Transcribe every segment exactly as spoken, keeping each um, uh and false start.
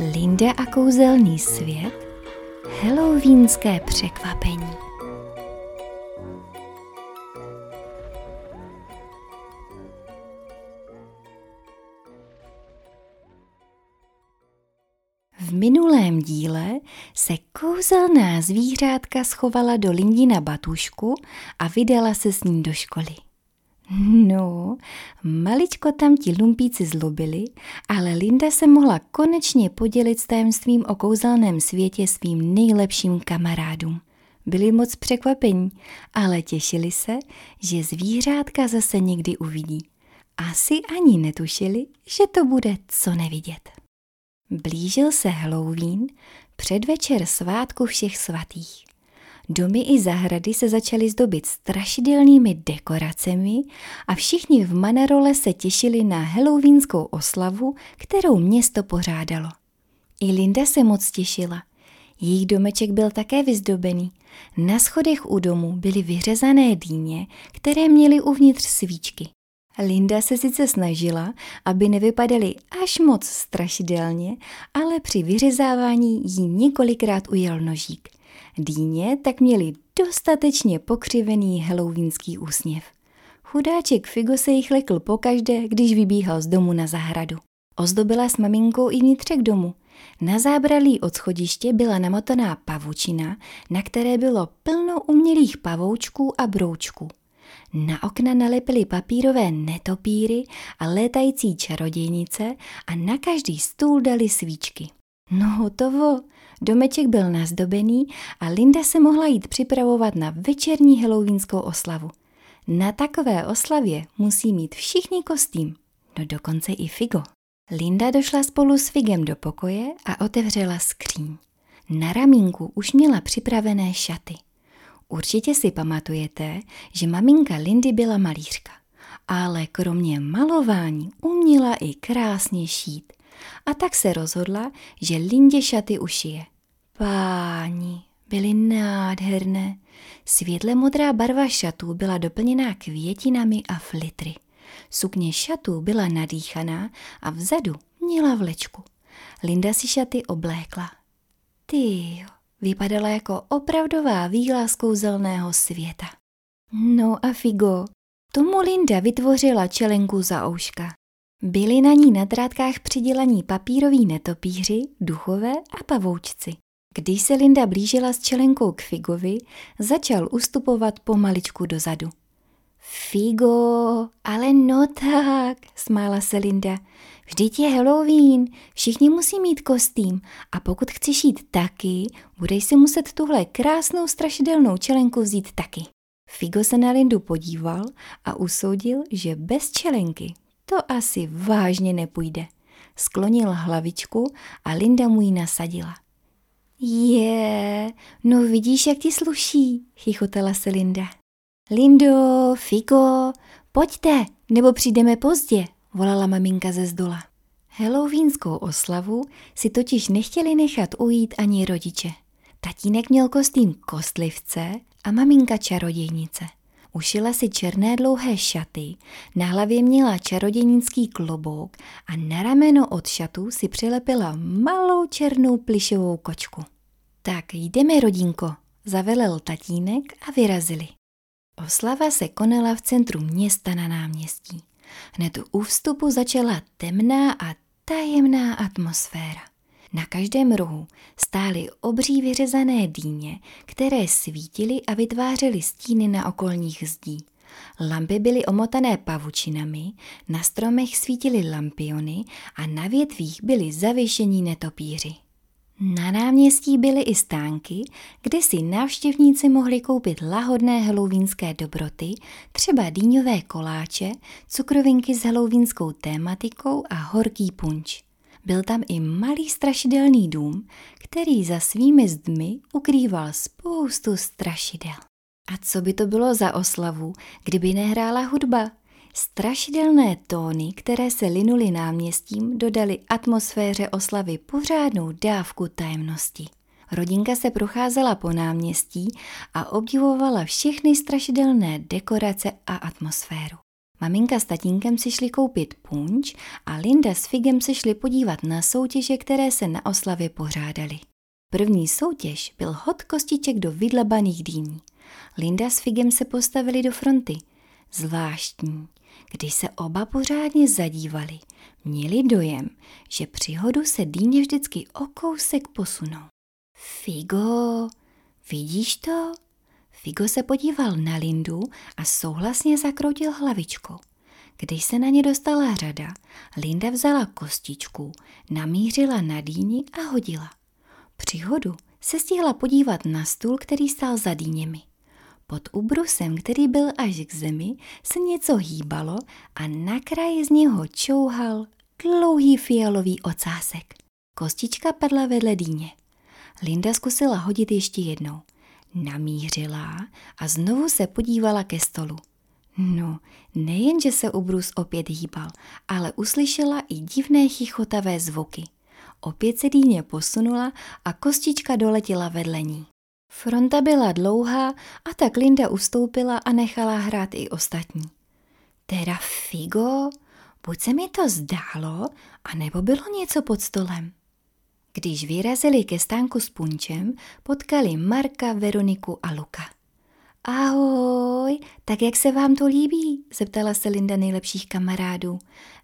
Linda a kouzelný svět, halloweenské překvapení. V minulém díle se kouzelná zvířátka schovala do Lindina batušku a vydala se s ní do školy. No, maličko tam ti lumpíci zlobili, ale Linda se mohla konečně podělit s tajemstvím o kouzelném světě svým nejlepším kamarádům. Byli moc překvapení, ale těšili se, že zvířátka zase někdy uvidí. Asi ani netušili, že to bude co nevidět. Blížil se Halloween, předvečer svátku všech svatých. Domy i zahrady se začaly zdobit strašidelnými dekoracemi a všichni v Manarole se těšili na halloweenskou oslavu, kterou město pořádalo. I Linda se moc těšila. Jejich domeček byl také vyzdobený. Na schodech u domu byly vyřezané dýně, které měly uvnitř svíčky. Linda se sice snažila, aby nevypadaly až moc strašidelně, ale při vyřezávání jí několikrát ujel nožík. Dýně tak měli dostatečně pokřivený halloweenský úsměv. Chudáček Figo se jich lekl pokaždé, když vybíhal z domu na zahradu. Ozdobila s maminkou i vnitřek domu. Na zábralí od schodiště byla namotaná pavučina, na které bylo plno umělých pavoučků a broučků. Na okna nalepili papírové netopíry a létající čarodějnice a na každý stůl dali svíčky. No hotovo, domeček byl nazdobený a Linda se mohla jít připravovat na večerní halloweenskou oslavu. Na takové oslavě musí mít všichni kostým, no dokonce i Figo. Linda došla spolu s Figem do pokoje a otevřela skříň. Na ramínku už měla připravené šaty. Určitě si pamatujete, že maminka Lindy byla malířka, ale kromě malování uměla i krásně šít. A tak se rozhodla, že Lindě šaty ušije. Páni, byly nádherné. Světle modrá barva šatů byla doplněná květinami a flitry. Sukně šatů byla nadýchaná a vzadu měla vlečku. Linda si šaty oblékla. Tyjo, vypadala jako opravdová víla z kouzelného světa. No a Figo, tomu Linda vytvořila čelenku za ouška. Byli na ní na drátkách přidělaní papíroví netopíři, duchové a pavoučci. Když se Linda blížila s čelenkou k Figovi, začal ustupovat pomaličku dozadu. Figo, ale no tak, smála se Linda. Vždyť je Halloween, všichni musí mít kostým a pokud chceš jít taky, budeš si muset tuhle krásnou strašidelnou čelenku vzít taky. Figo se na Lindu podíval a usoudil, že bez čelenky to asi vážně nepůjde. Sklonil hlavičku a Linda mu ji nasadila. Je, no vidíš, jak ti sluší, chichotala se Linda. Lindo, Figo, pojďte, nebo přijdeme pozdě, volala maminka ze zdola. Halloweenskou oslavu si totiž nechtěli nechat ujít ani rodiče. Tatínek měl kostým kostlivce a maminka čarodějnice. Ušila si černé dlouhé šaty, na hlavě měla čarodějnický klobouk a na rameno od šatů si přilepila malou černou plyšovou kočku. Tak jdeme, rodinko, zavelel tatínek a vyrazili. Oslava se konala v centru města na náměstí. Hned u vstupu začala temná a tajemná atmosféra. Na každém rohu stály obří vyřezané dýně, které svítily a vytvářely stíny na okolních zdí. Lampy byly omotané pavučinami, na stromech svítily lampiony a na větvích byly zavěšení netopíři. Na náměstí byly i stánky, kde si návštěvníci mohli koupit lahodné halloweenské dobroty, třeba dýňové koláče, cukrovinky s halloweenskou tématikou a horký punč. Byl tam i malý strašidelný dům, který za svými zdmi ukrýval spoustu strašidel. A co by to bylo za oslavu, kdyby nehrála hudba? Strašidelné tóny, které se linuly náměstím, dodaly atmosféře oslavy pořádnou dávku tajemnosti. Rodinka se procházela po náměstí a obdivovala všechny strašidelné dekorace a atmosféru. Maminka s tatínkem si šli koupit punč a Linda s Figem se šli podívat na soutěže, které se na oslavě pořádaly. První soutěž byl hod kostiček do vydlabaných dýní. Linda s Figem se postavili do fronty. Zvláštní, když se oba pořádně zadívali, měli dojem, že při hodu se dýně vždycky o kousek posunou. Figo, vidíš to? Figo se podíval na Lindu a souhlasně zakroutil hlavičkou. Když se na ně dostala řada, Linda vzala kostičku, namířila na dýni a hodila. Při hodu se stihla podívat na stůl, který stál za dýněmi. Pod ubrusem, který byl až k zemi, se něco hýbalo a na kraji z něho čouhal dlouhý fialový ocásek. Kostička padla vedle dýně. Linda zkusila hodit ještě jednou. Namířila a znovu se podívala ke stolu. No, nejen, že se ubrus opět hýbal, ale uslyšela i divné chichotavé zvuky. Opět se dýně posunula a kostička doletěla vedle ní. Fronta byla dlouhá a tak Linda ustoupila a nechala hrát i ostatní. Teda Figo, buď se mi to zdálo, anebo bylo něco pod stolem. Když vyrazili ke stánku s punčem, potkali Marka, Veroniku a Luka. Ahoj, tak jak se vám to líbí? Zeptala se Linda nejlepších kamarádů.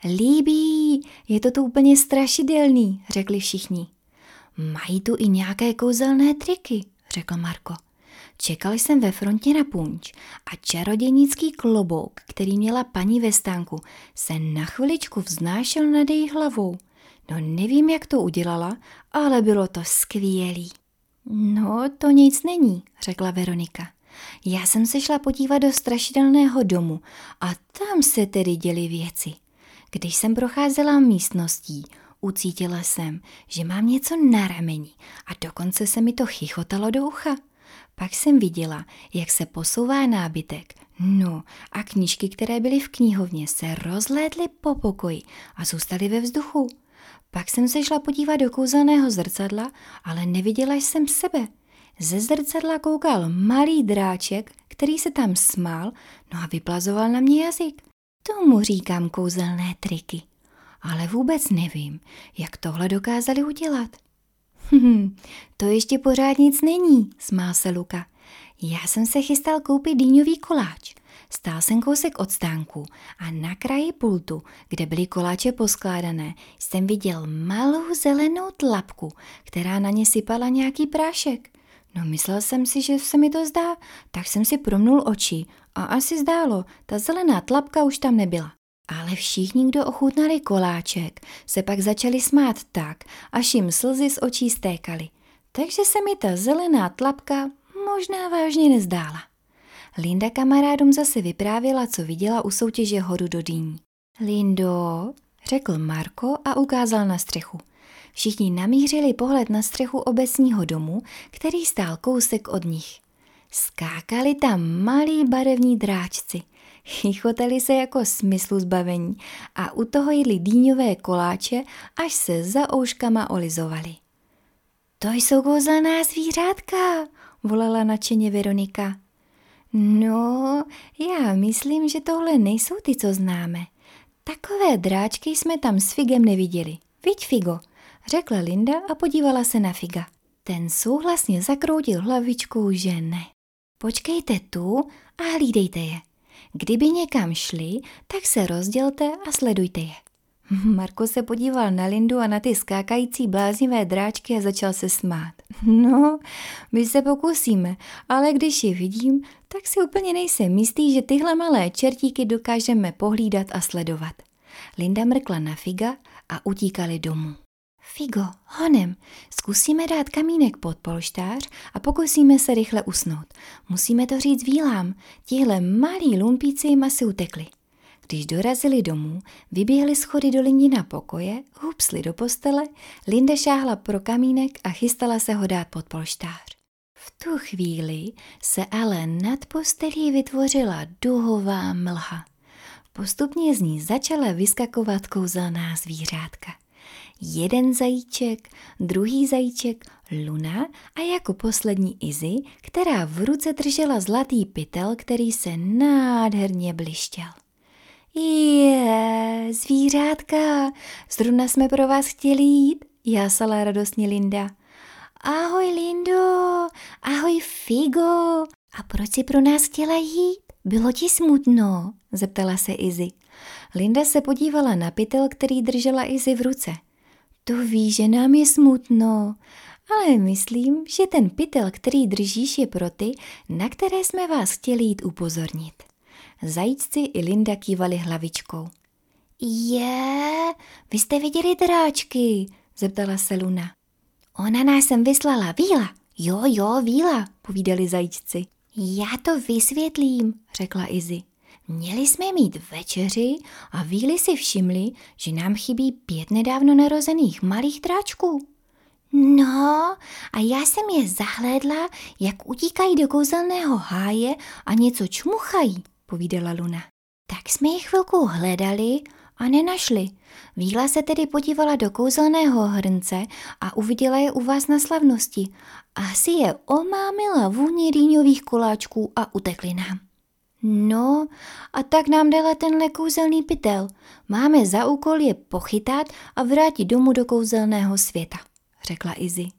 Líbí, je to tu úplně strašidelný, řekli všichni. Mají tu i nějaké kouzelné triky, řekl Marko. Čekal jsem ve frontě na punč a čarodějnický klobouk, který měla paní ve stánku, se na chviličku vznášel nad její hlavou. No nevím, jak to udělala, ale bylo to skvělý. No, to nic není, řekla Veronika. Já jsem se šla podívat do strašidelného domu a tam se tedy děly věci. Když jsem procházela místností, ucítila jsem, že mám něco na rameni a dokonce se mi to chichotalo do ucha. Pak jsem viděla, jak se posouvá nábytek. No a knížky, které byly v knihovně, se rozlétly po pokoji a zůstaly ve vzduchu. Pak jsem se šla podívat do kouzelného zrcadla, ale neviděla jsem sebe. Ze zrcadla koukal malý dráček, který se tam smál, no a vyplazoval na mě jazyk. Tomu říkám kouzelné triky. Ale vůbec nevím, jak tohle dokázali udělat. Hm, to ještě pořád nic není, smál se Luka. Já jsem se chystal koupit dýňový koláč. Stál jsem kousek od stánku a na kraji pultu, kde byly koláče poskládané, jsem viděl malou zelenou tlapku, která na ně sypala nějaký prášek. No myslel jsem si, že se mi to zdá, tak jsem si promnul oči a asi zdálo, ta zelená tlapka už tam nebyla. Ale všichni, kdo ochutnali koláček, se pak začali smát tak, až jim slzy z očí stékaly. Takže se mi ta zelená tlapka možná vážně nezdála. Linda kamarádům zase vyprávěla, co viděla u soutěže hodu do dýní. Lindo, řekl Marko a ukázal na střechu. Všichni namířili pohled na střechu obecního domu, který stál kousek od nich. Skákali tam malí barevní dráčci. Chichotali se jako smyslu zbavení a u toho jedli dýňové koláče, až se za ouškama olizovali. To jsou kouzelná zvířátka, volala nadšeně Veronika. No, já myslím, že tohle nejsou ty, co známe. Takové dráčky jsme tam s Figem neviděli. Viď, Figo, řekla Linda a podívala se na Figa. Ten souhlasně zakroutil hlavičkou, že ne. Počkejte tu a hlídejte je. Kdyby někam šli, tak se rozdělte a sledujte je. Marko se podíval na Lindu a na ty skákající bláznivé dráčky a začal se smát. No, my se pokusíme, ale když je vidím, tak si úplně nejsem jistý, že tyhle malé čertíky dokážeme pohlídat a sledovat. Linda mrkla na Figa a utíkali domů. Figo, honem, zkusíme dát kamínek pod polštář a pokusíme se rychle usnout. Musíme to říct vílám, tihle malí lumpíci jim asi utekli. Když dorazili domů, vyběhli schody do Lindina pokoje, hupsli do postele, Linda šáhla pro kamínek a chystala se ho dát pod polštář. V tu chvíli se ale nad postelí vytvořila duhová mlha. Postupně z ní začala vyskakovat kouzelná zvířátka. Jeden zajíček, druhý zajíček, Luna a jako poslední Izzy, která v ruce držela zlatý pytel, který se nádherně blištěl. Je, zvířátka, zrovna jsme pro vás chtěli jít, jásala radostně Linda. Ahoj, Lindo, ahoj, Figo. A proč si pro nás chtěla jít? Bylo ti smutno? Zeptala se Izzy. Linda se podívala na pytel, který držela Izzy v ruce. To víš, že nám je smutno, ale myslím, že ten pytel, který držíš, je pro ty, na které jsme vás chtěli jít upozornit. Zajíčci i Linda kývali hlavičkou. Je, vy jste viděli dráčky? Zeptala se Luna. Ona nás sem vyslala, víla. Jo, jo, víla, povídali zajíčci. Já to vysvětlím, řekla Izzy. Měli jsme mít večeři a víly si všimli, že nám chybí pět nedávno narozených malých dráčků. No, a já jsem je zahlédla, jak utíkají do kouzelného háje a něco čmuchají, povídala Luna. Tak jsme je chvilku hledali a nenašli. Víla se tedy podívala do kouzelného hrnce a uviděla je u vás na slavnosti. Asi je omámila vůni rýňových koláčků a utekli nám. No, a tak nám dala tenhle kouzelný pytel. Máme za úkol je pochytat a vrátit domů do kouzelného světa, řekla Izzy.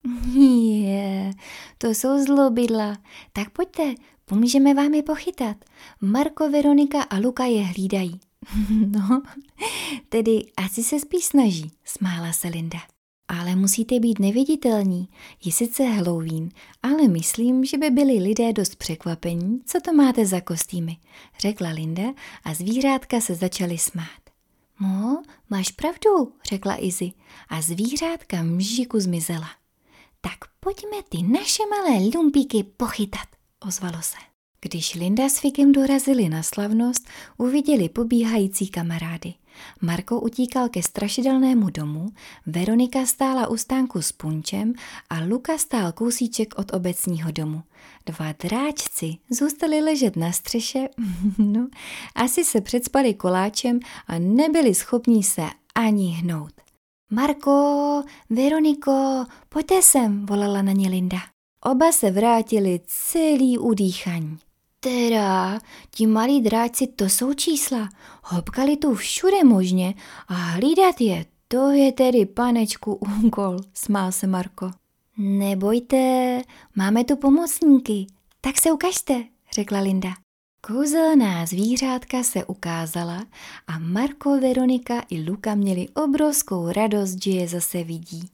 Je, to jsou zlobydla. Tak pojďte, pomůžeme vám je pochytat. Marko, Veronika a Luka je hlídají. No, tedy asi se spíš snaží, smála se Linda. Ale musíte být neviditelní. Je sice Halloween, ale myslím, že by byli lidé dost překvapení, co to máte za kostýmy, řekla Linda a zvířátka se začaly smát. No, máš pravdu, řekla Izzy a zvířátka mžiku zmizela. Tak pojďme ty naše malé lumpíky pochytat, ozvalo se. Když Linda s Figem dorazili na slavnost, uviděli pobíhající kamarády. Marko utíkal ke strašidelnému domu, Veronika stála u stánku s punčem a Luka stál kousíček od obecního domu. Dva dráčci zůstali ležet na střeše, no, asi se předspali koláčem a nebyli schopni se ani hnout. Marko, Veroniko, pojďte sem, volala na ně Linda. Oba se vrátili celý udýchaní. Teda, ti malí dráčci, to jsou čísla. Hopkali tu všude možně a hlídat je, to je tedy, panečku, úkol, smál se Marko. Nebojte, máme tu pomocníky, tak se ukažte, řekla Linda. Kouzelná zvířátka se ukázala a Marko, Veronika i Luka měli obrovskou radost, že je zase vidí.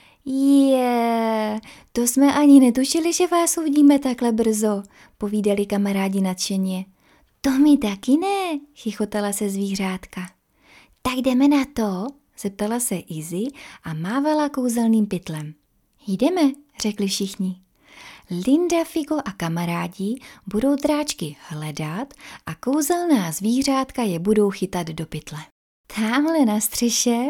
Je, to jsme ani netušili, že vás uvidíme takhle brzo, povídali kamarádi nadšeně. To mi taky ne, chichotala se zvířátka. Tak jdeme na to, zeptala se Izzy a mávala kouzelným pytlem. Jdeme, řekli všichni. Linda, Figo a kamarádi budou dráčky hledat a kouzelná zvířátka je budou chytat do pytle. Támhle na střeše,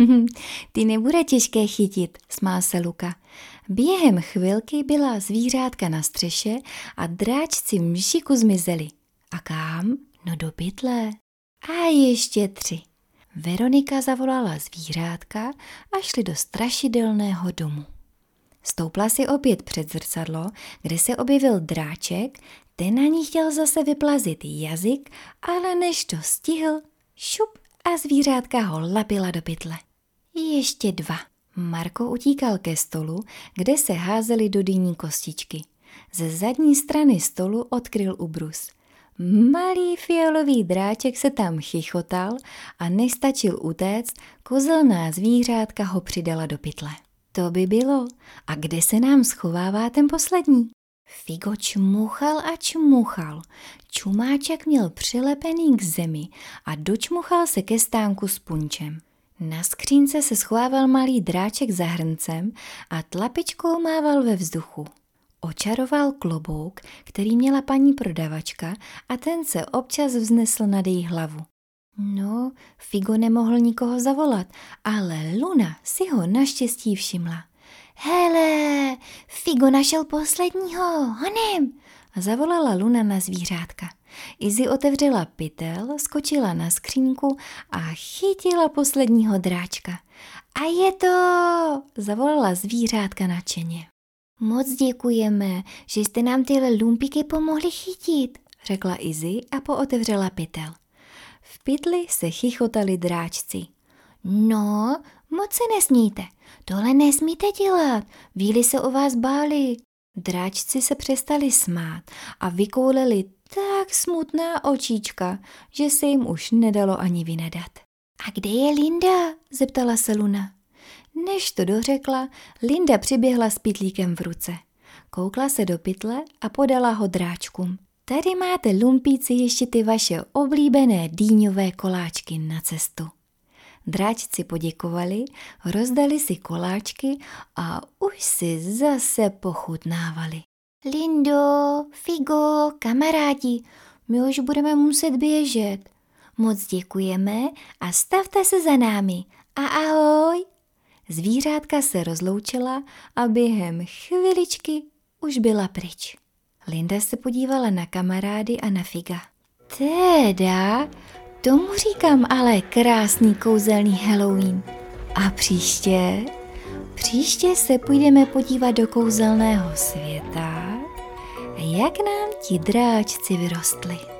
ty nebude těžké chytit, smál se Luka. Během chvilky byla zvířátka na střeše a dráčci mžiku zmizeli. A kam? No do pytle. A ještě tři. Veronika zavolala zvířátka a šli do strašidelného domu. Stoupla si opět před zrcadlo, kde se objevil dráček, ten na ní chtěl zase vyplazit jazyk, ale než to stihl, šup, a zvířátka ho lapila do pytle. Ještě dva. Marko utíkal ke stolu, kde se házely do dýní kostičky. Ze zadní strany stolu odkryl ubrus. Malý fialový dráček se tam chichotal a než stačil utéct, kozelná zvířátka ho přidala do pytle. To by bylo. A kde se nám schovává ten poslední? Figo čmuchal a čmuchal. Čumáček měl přilepený k zemi a dočmuchal se ke stánku s punčem. Na skřínce se schovával malý dráček za hrncem a tlapičkou mával ve vzduchu. Očaroval klobouk, který měla paní prodavačka a ten se občas vznesl nad její hlavu. No, Figo nemohl nikoho zavolat, ale Luna si ho naštěstí všimla. Hele, Figo našel posledního, honem, zavolala Luna na zvířátka. Izzy otevřela pytel, skočila na skřínku a chytila posledního dráčka. A je to, zavolala zvířátka nadšeně. Moc děkujeme, že jste nám tyhle lumpíky pomohli chytit, řekla Izzy a pootevřela pytel. V pytli se chichotali dráčci. No, moc se nesmíte, tohle nesmíte dělat, víly se o vás báli. Dráčci se přestali smát a vykouleli tak smutná očička, že se jim už nedalo ani vynadat. A kde je Linda? Zeptala se Luna. Než to dořekla, Linda přiběhla s pytlíkem v ruce. Koukla se do pytle a podala ho dráčkům. Tady máte, lumpíci, ještě ty vaše oblíbené dýňové koláčky na cestu. Dráčci poděkovali, rozdali si koláčky a už si zase pochutnávali. Lindo, Figo, kamarádi, my už budeme muset běžet. Moc děkujeme a stavte se za námi. A ahoj! Zvířátka se rozloučila a během chviličky už byla pryč. Linda se podívala na kamarády a na Figa. Teda, tomu říkám ale krásný kouzelný Halloween. A příště? Příště se půjdeme podívat do kouzelného světa, jak nám ti dráčci vyrostli.